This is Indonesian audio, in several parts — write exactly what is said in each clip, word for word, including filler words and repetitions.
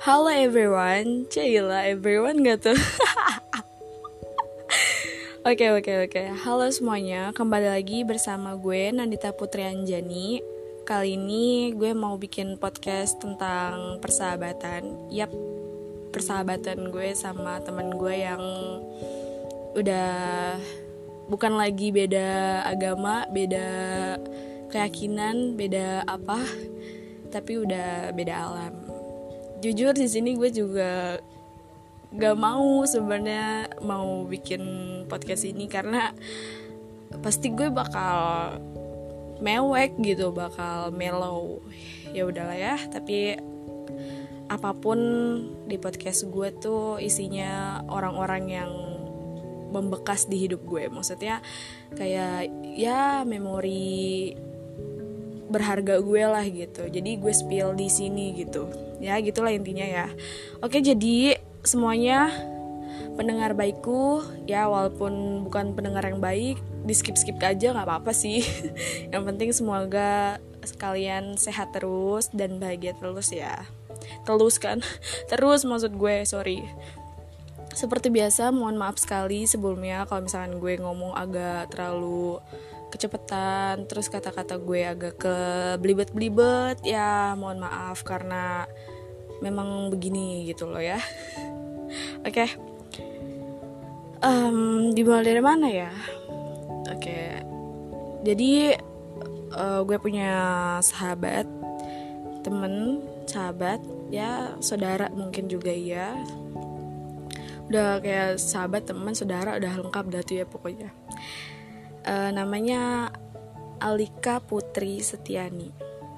Halo everyone, Cila everyone gak tuh? Oke oke oke, halo semuanya, kembali lagi bersama gue Nandita Putri Anjani. Kali ini gue mau bikin podcast tentang persahabatan. Yap, persahabatan gue sama teman gue yang udah bukan lagi beda agama, beda keyakinan, beda apa, tapi udah beda alam. Jujur di sini gue juga gak mau sebenarnya mau bikin podcast ini karena pasti gue bakal mewek gitu, bakal mellow. Ya udahlah ya, tapi apapun di podcast gue tuh isinya orang-orang yang membekas di hidup gue. Maksudnya kayak ya memori berharga gue lah gitu. Jadi gue spill di sini gitu. Ya gitulah intinya ya. Oke, jadi semuanya pendengar baikku ya, walaupun bukan pendengar yang baik, di skip-skip aja nggak apa-apa sih. Yang penting semoga sekalian sehat terus dan bahagia terus ya. Terus kan, terus maksud gue, sorry. Seperti biasa, mohon maaf sekali sebelumnya kalau misalkan gue ngomong agak terlalu kecepetan, terus kata-kata gue agak ke belibet-belibet ya, mohon maaf karena memang begini gitu loh ya. Oke, okay. um, dimulai dari mana ya? Oke, okay. Jadi uh, gue punya sahabat, temen, sahabat, ya saudara mungkin juga ya. Udah kayak sahabat, teman, saudara, udah lengkap dah tuh ya pokoknya. Uh, namanya Alika Putri Setiani.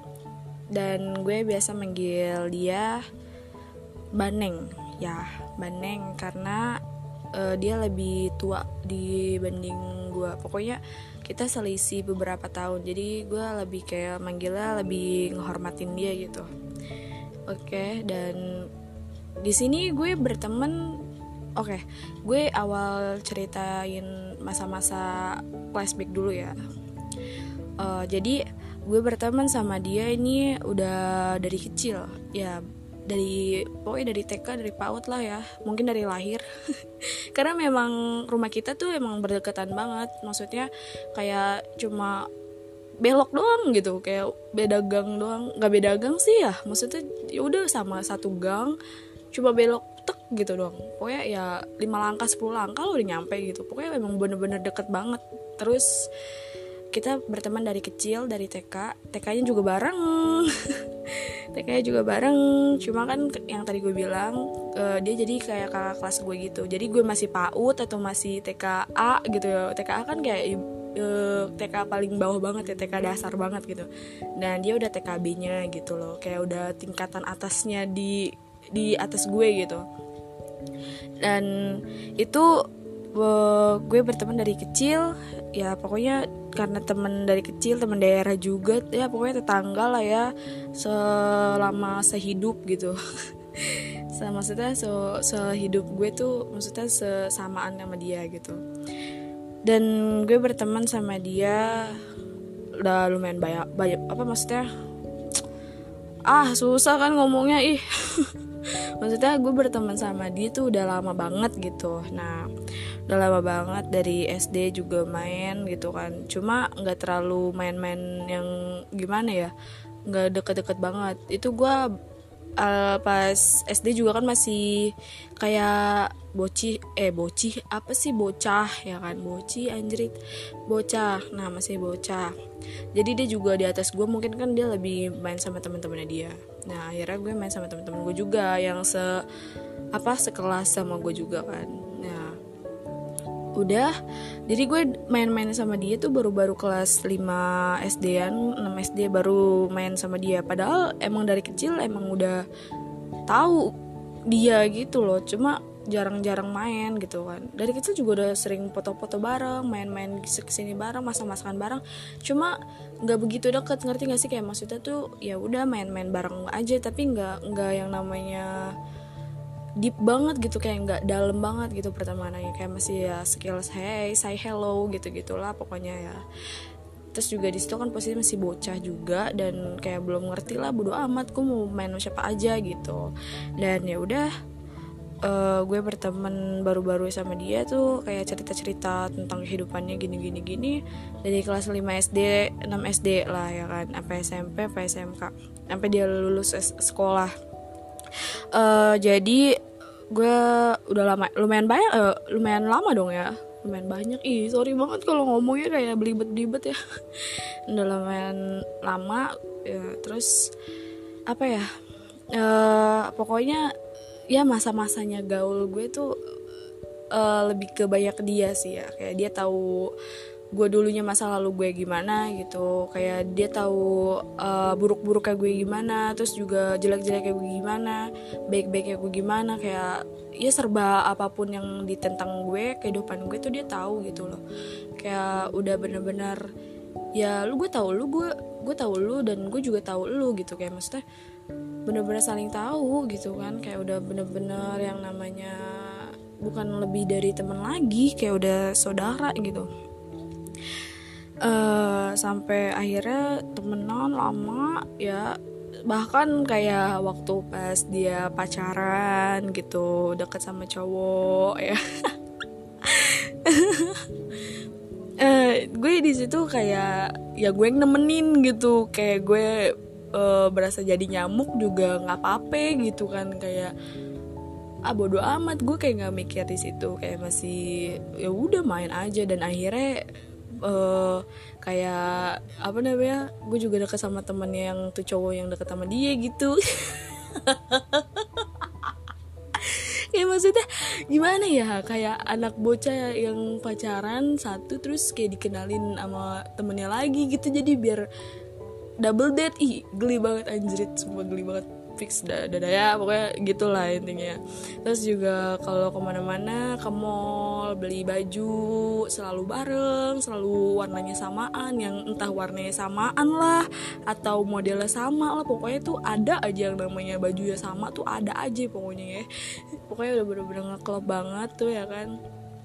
Dan gue biasa manggil dia Baneng ya, Baneng karena uh, dia lebih tua dibanding gue. Pokoknya kita selisih beberapa tahun, jadi gue lebih kayak manggilnya lebih ngehormatin dia gitu. Oke, okay, dan di sini gue berteman. Oke, okay, gue awal ceritain masa-masa flashback dulu ya. Uh, jadi gue berteman sama dia ini udah dari kecil ya, dari pokoknya dari T K, dari PAUD lah ya, mungkin dari lahir. Karena memang rumah kita tuh emang berdekatan banget, maksudnya kayak cuma belok doang gitu, kayak beda gang doang, nggak beda gang sih ya, maksudnya ya udah sama satu gang, cuma belok tek gitu doang. Pokoknya ya lima langkah sepuluh langkah lo udah nyampe gitu. Pokoknya emang bener-bener deket banget. Terus kita berteman dari kecil, dari T K, T K-nya juga bareng. T K-nya juga bareng. Cuma kan yang tadi gue bilang, uh, dia jadi kayak kakak kelas gue gitu. Jadi gue masih PAUD atau masih T K A gitu ya. T K A kan kayak uh, T K paling bawah banget ya, T K dasar banget gitu. Dan dia udah T K B-nya gitu loh. Kayak udah tingkatan atasnya di di atas gue gitu. Dan itu uh, gue berteman dari kecil ya, pokoknya karena teman dari kecil, teman daerah juga ya, pokoknya tetangga lah ya, selama sehidup gitu. Sama maksudnya so, sehidup gue tuh maksudnya sesamaan sama dia gitu. Dan gue berteman sama dia udah lumayan banyak, banyak apa maksudnya ah susah kan ngomongnya ih. Maksudnya gue berteman sama dia tuh udah lama banget gitu. Nah udah lama banget, dari S D juga main gitu kan. Cuma gak terlalu main-main yang gimana ya, gak deket-deket banget. Itu gue uh, pas S D juga kan masih kayak bocih Eh bocih apa sih, bocah ya kan, bocih anjrit, bocah. Nah masih bocah. Jadi dia juga di atas gue, mungkin kan dia lebih main sama teman-temannya dia. Nah akhirnya gue main sama teman-teman gue juga yang se apa sekelas sama gue juga kan. Nah udah, jadi gue main-main sama dia tuh baru-baru kelas lima S D-an, enam S D baru main sama dia. Padahal emang dari kecil emang udah tahu dia gitu loh, cuma jarang-jarang main gitu kan. Dari kecil juga udah sering foto-foto bareng, main-main kesini bareng, masak-masakan bareng. Cuma nggak begitu deket, ngerti nggak sih, kayak maksudnya tuh ya udah main-main bareng aja, tapi nggak nggak yang namanya deep banget gitu, kayak nggak dalam banget gitu pertemanannya, kayak masih ya skills hey say hello gitu gitulah pokoknya ya. Terus juga di situ kan posisi masih bocah juga dan kayak belum ngerti lah, bodo amat gue mau main sama siapa aja gitu. Dan ya udah, uh, gue berteman baru-baru sama dia tuh kayak cerita-cerita tentang kehidupannya gini-gini gini dari kelas lima S D, enam S D lah ya kan, sampai S M P, sampai S M K, sampai dia lulus sekolah. Uh, jadi gue udah lama, lumayan banyak, uh, lumayan lama dong ya, lumayan banyak. Ih sorry banget kalau ngomongnya kayak belibet-belibet ya. Udah lumayan lama ya. Terus apa ya, uh, pokoknya ya masa-masanya gaul gue tuh uh, lebih ke banyak dia sih ya. Kayak dia tahu gue dulunya masa lalu gue gimana gitu, kayak dia tahu uh, buruk-buruknya gue gimana, terus juga jelek-jeleknya gue gimana, baik-baiknya gue gimana, kayak ya serba apapun yang ditentang gue, kehidupan gue tuh dia tahu gitu loh. Kayak udah bener-bener ya lu gue tahu lu, gue gue tahu lu, dan gue juga tahu lu gitu. Kayak maksudnya bener-bener saling tahu gitu kan, kayak udah bener-bener yang namanya bukan lebih dari teman lagi, kayak udah saudara gitu. Uh, sampai akhirnya temenan lama ya, bahkan kayak waktu pas dia pacaran gitu deket sama cowok ya. uh, gue di situ kayak ya gue yang nemenin gitu, kayak gue uh, berasa jadi nyamuk juga nggak apa-apa gitu kan, kayak ah bodo amat, gue kayak nggak mikir di situ, kayak masih ya udah main aja. Dan akhirnya Uh, kayak apa namanya, gue juga deket sama temennya yang tuh cowok yang deket sama dia gitu. Ya maksudnya gimana ya, kayak anak bocah yang pacaran satu terus kayak dikenalin sama temennya lagi gitu, jadi biar double date. Ih geli banget anjrit, semua geli banget, fix dada ya pokoknya gitulah intinya. Terus juga kalau kemana-mana ke mall beli baju selalu bareng, selalu warnanya samaan, yang entah warnanya samaan lah atau modelnya sama lah, pokoknya tuh ada aja yang namanya bajunya sama tuh ada aja pokoknya ya. Pokoknya udah bener-bener ngeklop banget tuh ya kan.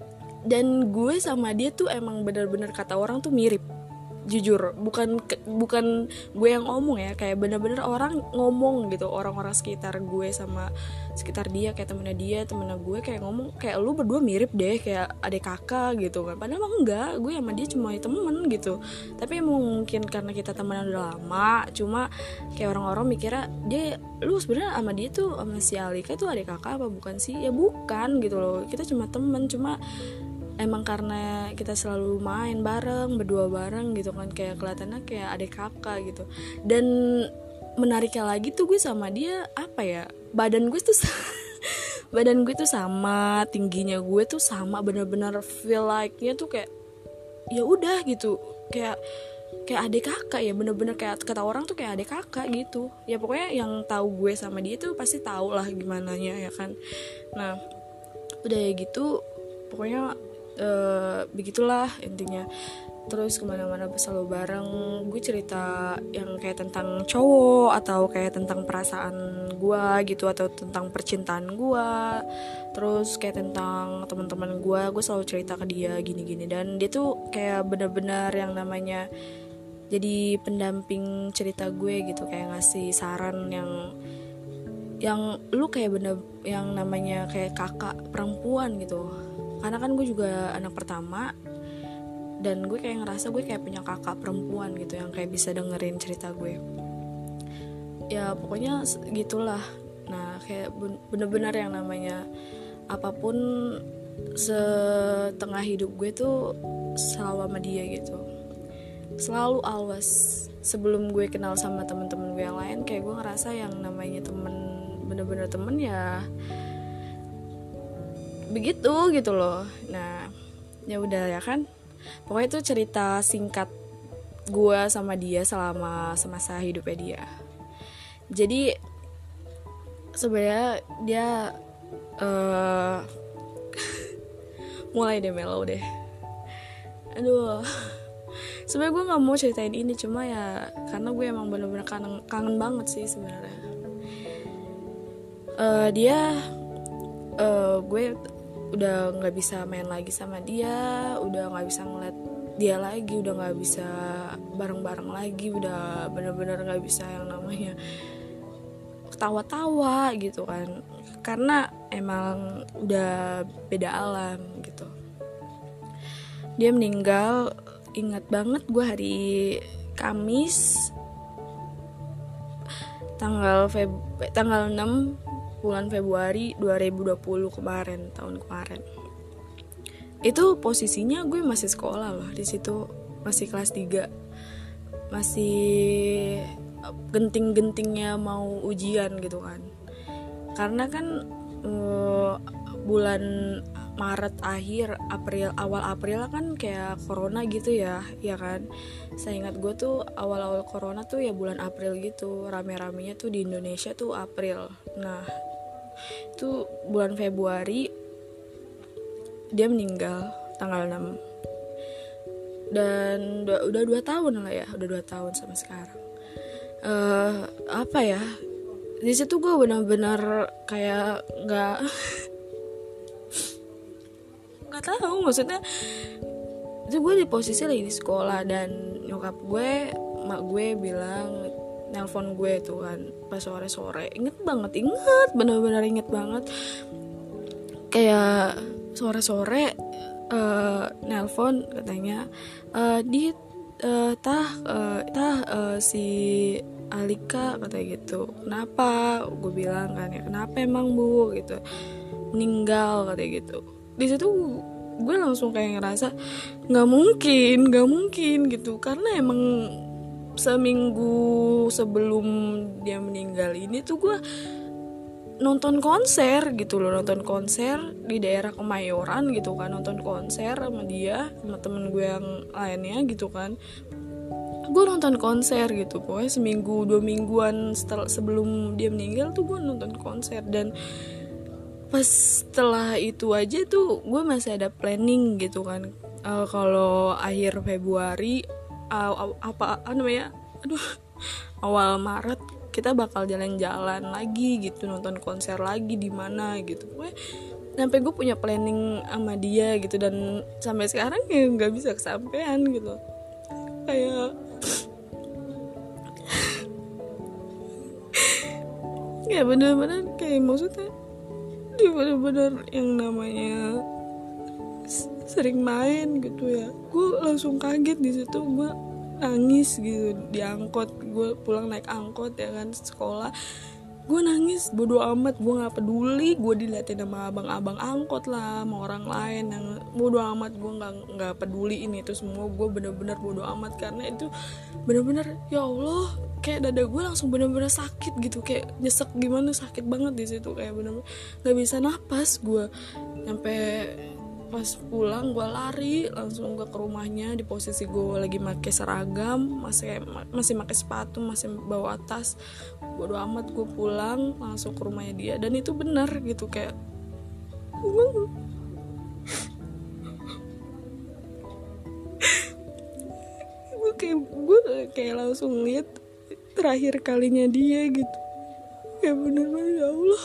Dan gue sama dia tuh emang bener-bener kata orang tuh mirip, jujur, bukan bukan gue yang ngomong ya, kayak bener-bener orang ngomong gitu, orang-orang sekitar gue sama sekitar dia, kayak temennya dia, temennya gue kayak ngomong kayak lu berdua mirip deh, kayak adik kakak gitu kan. Padahal emang enggak, gue sama dia cuma temen gitu. Tapi emang mungkin karena kita temenan udah lama, cuma kayak orang-orang mikirnya dia, lu sebenarnya sama dia tuh, sama si Alika tuh adik kakak apa bukan sih? Ya bukan gitu loh, kita cuma temen, cuma emang karena kita selalu main bareng, berdua bareng gitu kan, kayak kelihatannya kayak adik kakak gitu. Dan menariknya lagi tuh gue sama dia apa ya, badan gue tuh badan gue tuh sama, tingginya gue tuh sama, benar-benar feel like-nya tuh kayak ya udah gitu, kayak kayak adik kakak ya, bener-bener kayak kata orang tuh kayak adik kakak gitu. Ya pokoknya yang tahu gue sama dia tuh pasti tahu lah gimana nya ya kan. Nah udah ya gitu, pokoknya Uh, begitulah intinya. Terus kemana-mana selalu bareng, gue cerita yang kayak tentang cowok atau kayak tentang perasaan gue gitu, atau tentang percintaan gue, terus kayak tentang teman-teman gue, gue selalu cerita ke dia gini-gini. Dan dia tuh kayak benar-benar yang namanya jadi pendamping cerita gue gitu, kayak ngasih saran yang yang lu kayak bener yang namanya kayak kakak perempuan gitu. Karena kan gue juga anak pertama, dan gue kayak ngerasa gue kayak punya kakak perempuan gitu yang kayak bisa dengerin cerita gue. Ya pokoknya gitulah. Nah kayak bener-bener yang namanya apapun setengah hidup gue tuh selalu sama dia gitu. Selalu always. Sebelum gue kenal sama temen-temen gue yang lain, kayak gue ngerasa yang namanya temen, bener-bener temen ya begitu gitu loh. Nah ya udah ya kan, pokoknya itu cerita singkat gue sama dia selama semasa hidupnya dia. Jadi sebenarnya dia uh, mulai deh mellow deh. Aduh, sebenarnya gue nggak mau ceritain ini, cuma ya karena gue emang bener-bener kangen, kangen banget sih sebenarnya. Uh, dia, uh, gue udah nggak bisa main lagi sama dia, udah nggak bisa ngeliat dia lagi, udah nggak bisa bareng-bareng lagi, udah benar-benar nggak bisa yang namanya tawa-tawa gitu kan, karena emang udah beda alam gitu. Dia meninggal, ingat banget gue hari Kamis tanggal Feb- tanggal enam bulan Februari dua ribu dua puluh kemarin, tahun kemarin. Itu posisinya gue masih sekolah loh di situ, masih kelas tiga, masih genting-gentingnya mau ujian gitu kan. Karena kan uh, bulan Maret akhir, April, awal April kan kayak corona gitu ya, ya kan. Saya ingat gue tuh awal-awal corona tuh ya bulan April gitu, rame-ramenya tuh di Indonesia tuh April. Nah, itu bulan Februari dia meninggal tanggal enam. Dan udah, udah dua tahun lah ya, udah dua tahun sama sekarang. Uh, apa ya? Di situ gue benar-benar kayak nggak nggak tahu, maksudnya itu gue di posisi lagi di sekolah dan nyokap gue, mak gue bilang, nelpon gue tuh kan pas sore-sore, inget banget, inget benar-benar inget banget, kayak sore-sore uh, nelpon katanya, uh, di uh, tah uh, tah uh, si Alika katanya gitu, kenapa? Gue bilang kan ya, kenapa emang bu gitu, meninggal katanya gitu. Di situ gue langsung kayak ngerasa nggak mungkin, nggak mungkin gitu, karena emang seminggu sebelum dia meninggal ini tuh gue nonton konser gitu loh, nonton konser di daerah Kemayoran gitu kan, nonton konser sama dia sama temen gue yang lainnya gitu kan. Gue nonton konser gitu, pokoknya seminggu dua mingguan setelah sebelum dia meninggal tuh gue nonton konser. Dan pas setelah itu aja tuh gue masih ada planning gitu kan, uh, kalau akhir Februari uh, apa, apa namanya aduh awal Maret kita bakal jalan-jalan lagi gitu, nonton konser lagi di mana gitu. Gue sampai gue punya planning sama dia gitu, dan sampai sekarang ya nggak bisa kesampaian gitu. Kayak ya bener-bener kayak maksudnya dia bener-bener yang namanya sering main gitu ya. Gue langsung kaget di situ, gue nangis gitu di angkot, gue pulang naik angkot ya kan sekolah, gue nangis bodo amat, gue nggak peduli gue diliatin sama abang-abang angkot lah, sama orang lain yang bodo amat, gue nggak nggak peduli ini itu semua, gue bener-bener bodo amat. Karena itu bener-bener ya Allah, kayak dada gue langsung bener-bener sakit gitu, kayak nyesek gimana, sakit banget di situ, kayak bener-bener nggak bisa napas gue. Sampai pas pulang gue lari langsung gue ke rumahnya, di posisi gue lagi pakai seragam, masih masih pakai sepatu, masih bawa tas, bodo amat gue pulang langsung ke rumahnya dia. Dan itu benar gitu, kayak gue kayak gue kayak langsung lihat terakhir kalinya dia gitu, kayak bener-bener ya Allah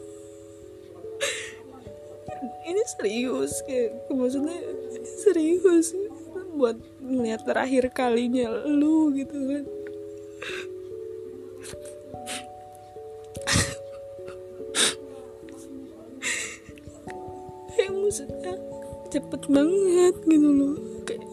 ini serius, kayak maksudnya serius buat ngeliat terakhir kalinya lu gitu kan. Kayak maksudnya cepet banget gitu loh, kayak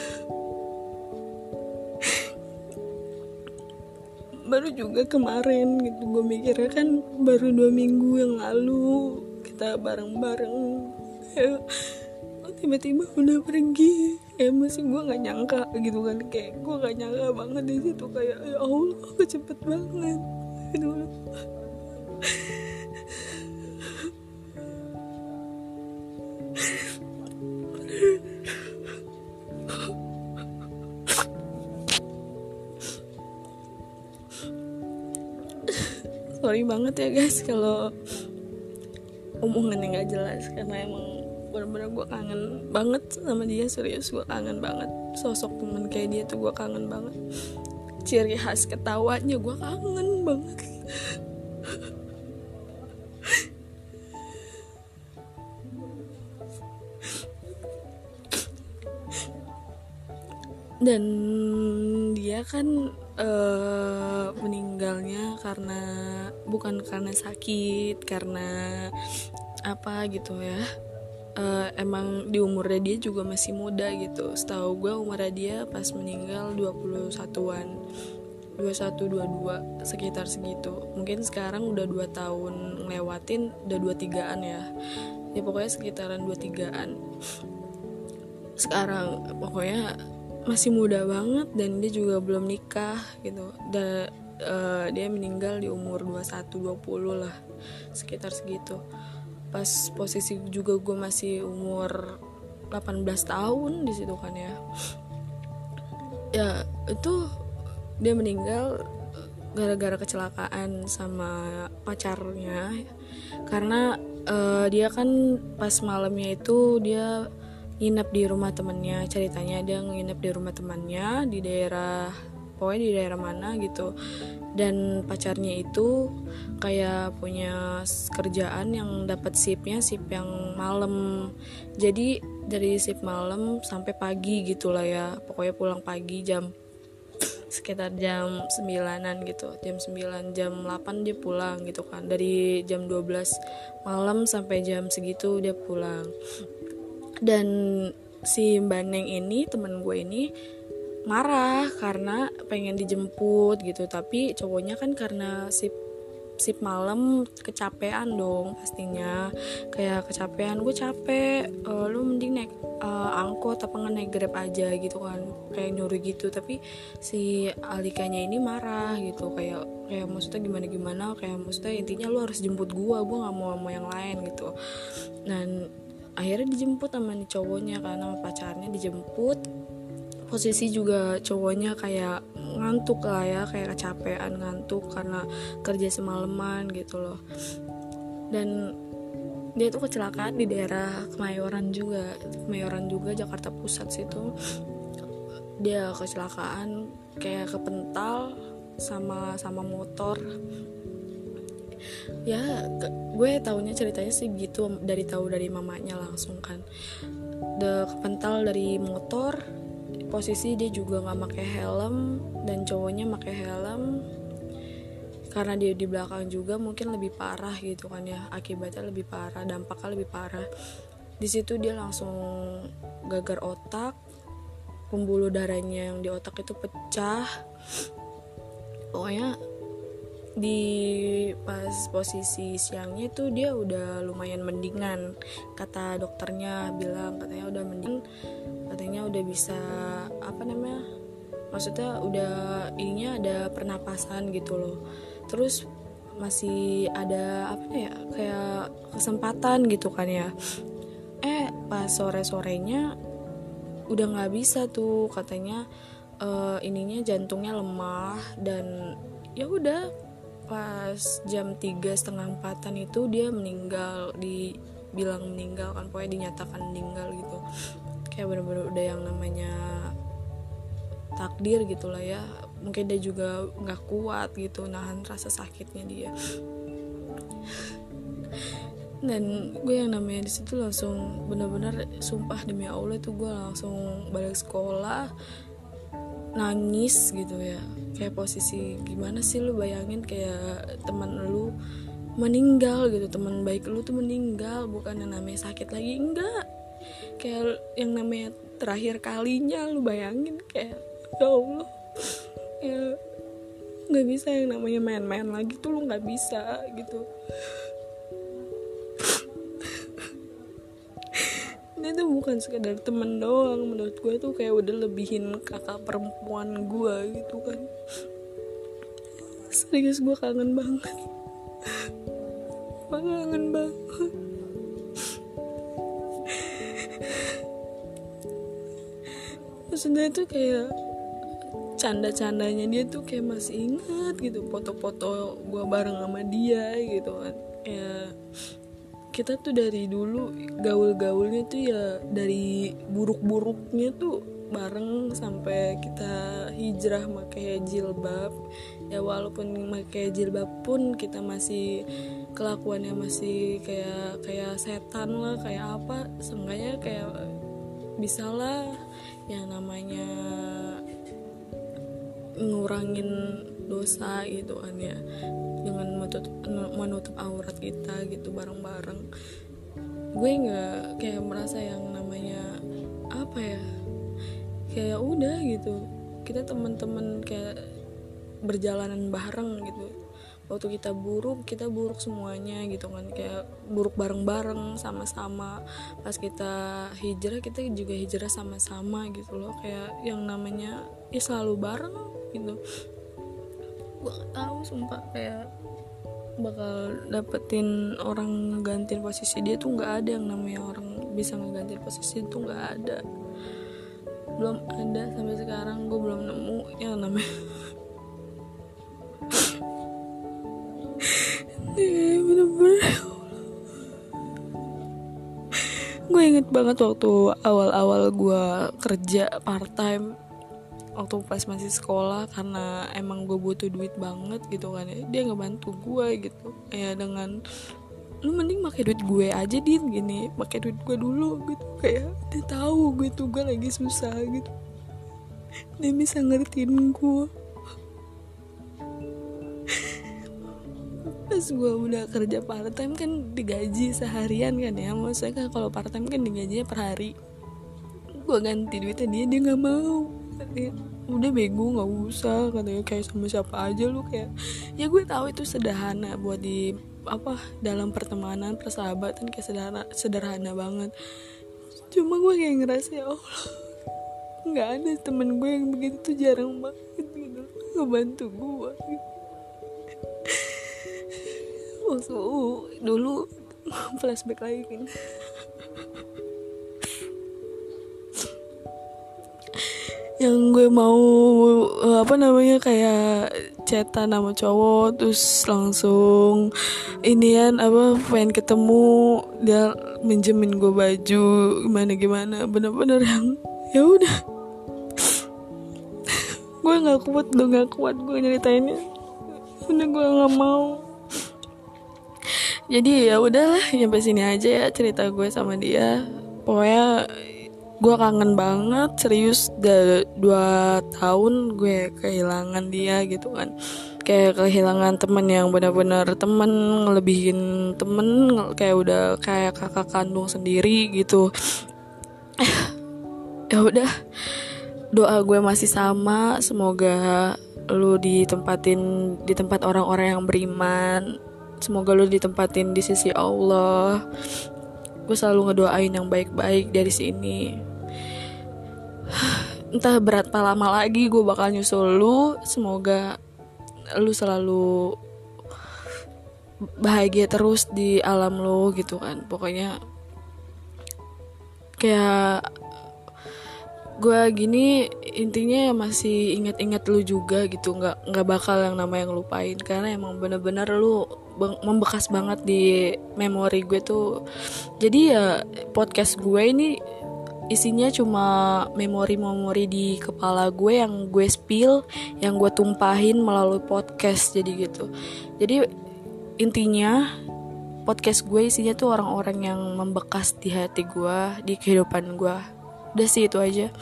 baru juga kemarin gitu, gue mikirnya kan baru dua minggu yang lalu kita bareng-bareng, kayak oh, tiba-tiba udah pergi. Kayak masih gue nggak nyangka gitu kan, kayak gue nggak nyangka banget di situ, kayak ya Allah kok cepet banget gitu loh. Sorry banget ya guys kalau omongannya nggak jelas, karena emang bener-bener gue kangen banget sama dia, serius gue kangen banget. Sosok teman kayak dia tuh gue kangen banget, ciri khas ketawanya gue kangen banget. Dan dia kan uh, meninggalnya karena bukan karena sakit, karena apa gitu ya. Uh, emang di umurnya dia juga masih muda gitu. Setahu gue umurnya dia pas meninggal dua puluh satuan, dua puluh satu dua puluh dua sekitar segitu. Mungkin sekarang udah dua tahun ngelewatin, udah dua puluh tigaan ya. Ya pokoknya sekitaran dua puluh tigaan. Sekarang pokoknya masih muda banget dan dia juga belum nikah gitu. Da, uh, dia meninggal di umur dua puluh satu dua puluh lah, sekitar segitu. Pas posisi juga gue masih umur delapan belas tahun di situ kan ya. Ya itu dia meninggal gara-gara kecelakaan sama pacarnya. Karena uh, dia kan pas malamnya itu dia nginep di rumah temannya. Ceritanya dia nginep di rumah temannya di daerah, pokoknya di daerah mana gitu. Dan pacarnya itu kayak punya kerjaan yang dapat shiftnya shift yang malam. Jadi dari shift malam sampai pagi gitulah ya. Pokoknya pulang pagi jam sekitar jam sembilanan gitu. Jam sembilan, jam delapan dia pulang gitu kan. Dari jam dua belas malam sampai jam segitu dia pulang. Dan si Mbak Neng ini, teman gue ini marah karena pengen dijemput gitu, tapi cowoknya kan karena sip sip malam kecapean dong pastinya, kayak kecapean, gue capek, uh, lu mending naik uh, angkot apa nggak naik Grab aja gitu kan, kayak nyuruh gitu. Tapi si Alikanya ini marah gitu, kayak kayak maksudnya gimana gimana, kayak maksudnya intinya lu harus jemput gue, gue nggak mau sama yang lain gitu. Dan akhirnya dijemput sama nih cowoknya, karena sama pacarnya dijemput. Posisi juga cowoknya kayak ngantuk lah ya, kayak kecapean, ngantuk karena kerja semalaman gitu loh. Dan dia tuh kecelakaan di daerah Kemayoran juga, Kemayoran juga Jakarta Pusat situ. Dia kecelakaan kayak kepental sama sama motor. Ya gue taunya ceritanya sih gitu, dari tahu dari mamanya langsung kan. The kepental dari motor. Posisi dia juga nggak pakai helm dan cowoknya pakai helm. Karena dia di belakang juga mungkin lebih parah gitu kan ya, akibatnya lebih parah, dampaknya lebih parah. Di situ dia langsung gagar otak, pembuluh darahnya yang di otak itu pecah. Pokoknya di pas posisi siangnya tuh dia udah lumayan mendingan, kata dokternya bilang katanya udah mending, katanya udah bisa apa namanya, maksudnya udah ininya ada pernapasan gitu loh. Terus masih ada apa ya, kayak kesempatan gitu kan ya. Eh pas sore sorenya udah nggak bisa tuh katanya, uh, ininya jantungnya lemah. Dan ya udah pas jam tiga setengah empatan itu dia meninggal, dibilang meninggal kan, pokoknya dinyatakan meninggal gitu. Kayak bener-bener udah yang namanya takdir gitulah ya. Mungkin dia juga nggak kuat gitu nahan rasa sakitnya dia. Dan gue yang namanya di situ langsung bener-bener sumpah demi Allah tuh gue langsung balik sekolah nangis gitu ya. Kayak posisi gimana sih, lu bayangin kayak teman lu meninggal gitu, teman baik lu tuh meninggal, bukan yang namanya sakit lagi, enggak, kayak yang namanya terakhir kalinya. Lu bayangin kayak ya Allah ya, nggak bisa yang namanya main-main lagi tuh, lu nggak bisa gitu. Dia tuh bukan sekedar temen doang, menurut gue tuh kayak udah lebihin kakak perempuan gue gitu kan. Serius gue kangen banget, gue kangen banget. Maksudnya tuh kayak canda-candanya dia tuh kayak masih ingat gitu, foto-foto gue bareng sama dia gitu kan. Kayak kita tuh dari dulu gaul-gaulnya tuh ya dari buruk-buruknya tuh bareng sampai kita hijrah pakai jilbab. Ya walaupun pakai jilbab pun kita masih kelakuannya masih kayak kayak setan lah, kayak apa, seenggaknya kayak bisalah yang namanya ngurangin dosa gitu kan ya, dengan menutup, menutup aurat kita gitu bareng-bareng. Gue nggak kayak merasa yang namanya apa ya, kayak udah gitu kita teman-teman kayak berjalanan bareng gitu. Waktu kita buruk, kita buruk semuanya gitu kan, kayak buruk bareng-bareng sama-sama. Pas kita hijrah, kita juga hijrah sama-sama gitu loh, kayak yang namanya ya selalu bareng gitu. Gue gak tahu sumpah, kayak bakal dapetin orang ngegantiin posisi dia tuh nggak ada. Yang namanya orang bisa ngegantiin posisi itu nggak ada, belum ada sampai sekarang. Gue belum nemu yang namanya bener-bener. Gue inget banget waktu awal-awal gue kerja part time, waktu pas masih sekolah, karena emang gue butuh duit banget gitu kan ya. Dia ngebantu gue gitu, kayak dengan lu mending pakai duit gue aja Din, gini, pakai duit gue dulu gitu. Kayak dia tahu gue tuh gue lagi susah gitu, dia bisa ngertiin gue. Pas gue udah kerja part time kan digaji seharian kan ya, maksudnya kan kalau part time kan digajinya per hari. Gue ganti duitnya dia, dia nggak mau. Katanya, udah bego nggak usah, katanya, kayak sama siapa aja lu. Kayak ya gue tahu itu sederhana buat di apa dalam pertemanan persahabatan, kayak sederhana sederhana banget. Cuma gue kayak ngerasa ya Allah, nggak ada temen gue yang begitu tuh, jarang banget gitu ngebantu gue gitu. Waktu dulu flashback lagi kan, yang gue mau apa namanya kayak chatan sama cowok, terus langsung inian apa pengen ketemu, dia minjemin gue baju gimana gimana, bener-bener yang ya udah gue nggak kuat, udah nggak kuat gue nyeritainnya, udah gue nggak mau. Jadi ya udahlah, sampai sini aja ya cerita gue sama dia. Pokoknya gue kangen banget, serius. Udah dua tahun gue kehilangan dia gitu kan. Kayak kehilangan temen yang benar-benar temen, ngelebihin temen, kayak udah kayak kakak kandung sendiri gitu. Ya udah, doa gue masih sama, semoga lu ditempatin di tempat orang-orang yang beriman. Semoga lu ditempatin di sisi Allah. Gue selalu ngedoain yang baik-baik dari sini. Entah berapa lama lagi gue bakal nyusul lu. Semoga lu selalu bahagia terus di alam lu gitu kan. Pokoknya kayak gue gini intinya masih ingat-ingat lu juga gitu, nggak nggak bakal yang namanya ngelupain, karena emang bener-bener lu membekas banget di memori gue tuh. Jadi ya podcast gue ini isinya cuma memori-memori di kepala gue yang gue spill, yang gue tumpahin melalui podcast, jadi gitu. Jadi intinya podcast gue isinya tuh orang-orang yang membekas di hati gue, di kehidupan gue. Udah sih itu aja.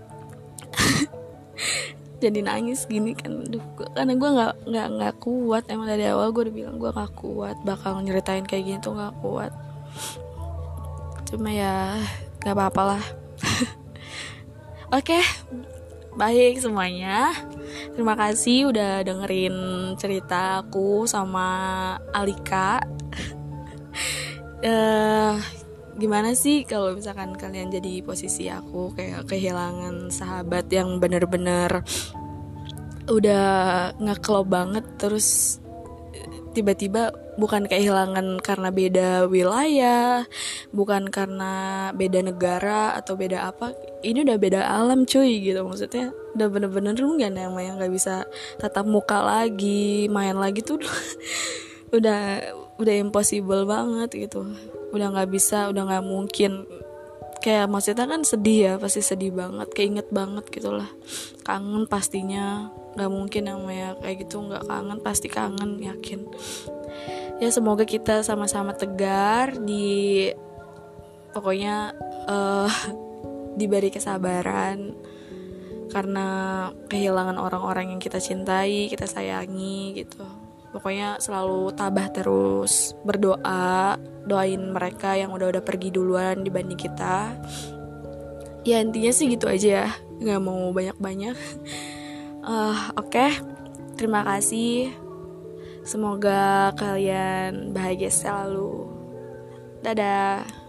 Jadi nangis gini kan, aduh, gua, karena gue nggak nggak nggak kuat. Emang dari awal gue udah bilang gue nggak kuat, bakal nyeritain kayak gini tuh nggak kuat. Cuma ya nggak apa-apa lah. Oke, baik semuanya. Terima kasih udah dengerin cerita aku sama Alika. uh, Gimana sih kalau misalkan kalian jadi posisi aku, kayak kehilangan sahabat yang bener-bener udah ngeklop banget, terus tiba-tiba bukan kehilangan karena beda wilayah, bukan karena beda negara atau beda apa, ini udah beda alam cuy gitu. Maksudnya udah bener-bener lu gak namanya gak bisa tatap muka lagi, main lagi tuh udah udah impossible banget gitu, udah nggak bisa, udah nggak mungkin. Kayak maksudnya kan sedih ya, pasti sedih banget, keinget banget gitulah, kangen pastinya, nggak mungkin namanya kayak gitu nggak kangen, pasti kangen, yakin. Ya semoga kita sama-sama tegar di, pokoknya uh, diberi kesabaran, karena kehilangan orang-orang yang kita cintai, kita sayangi gitu. Pokoknya selalu tabah terus, berdoa, doain mereka yang udah-udah pergi duluan dibanding kita. Ya intinya sih gitu aja ya, nggak mau banyak-banyak. uh, Oke, okay. Terima kasih. Semoga kalian bahagia selalu. Dadah.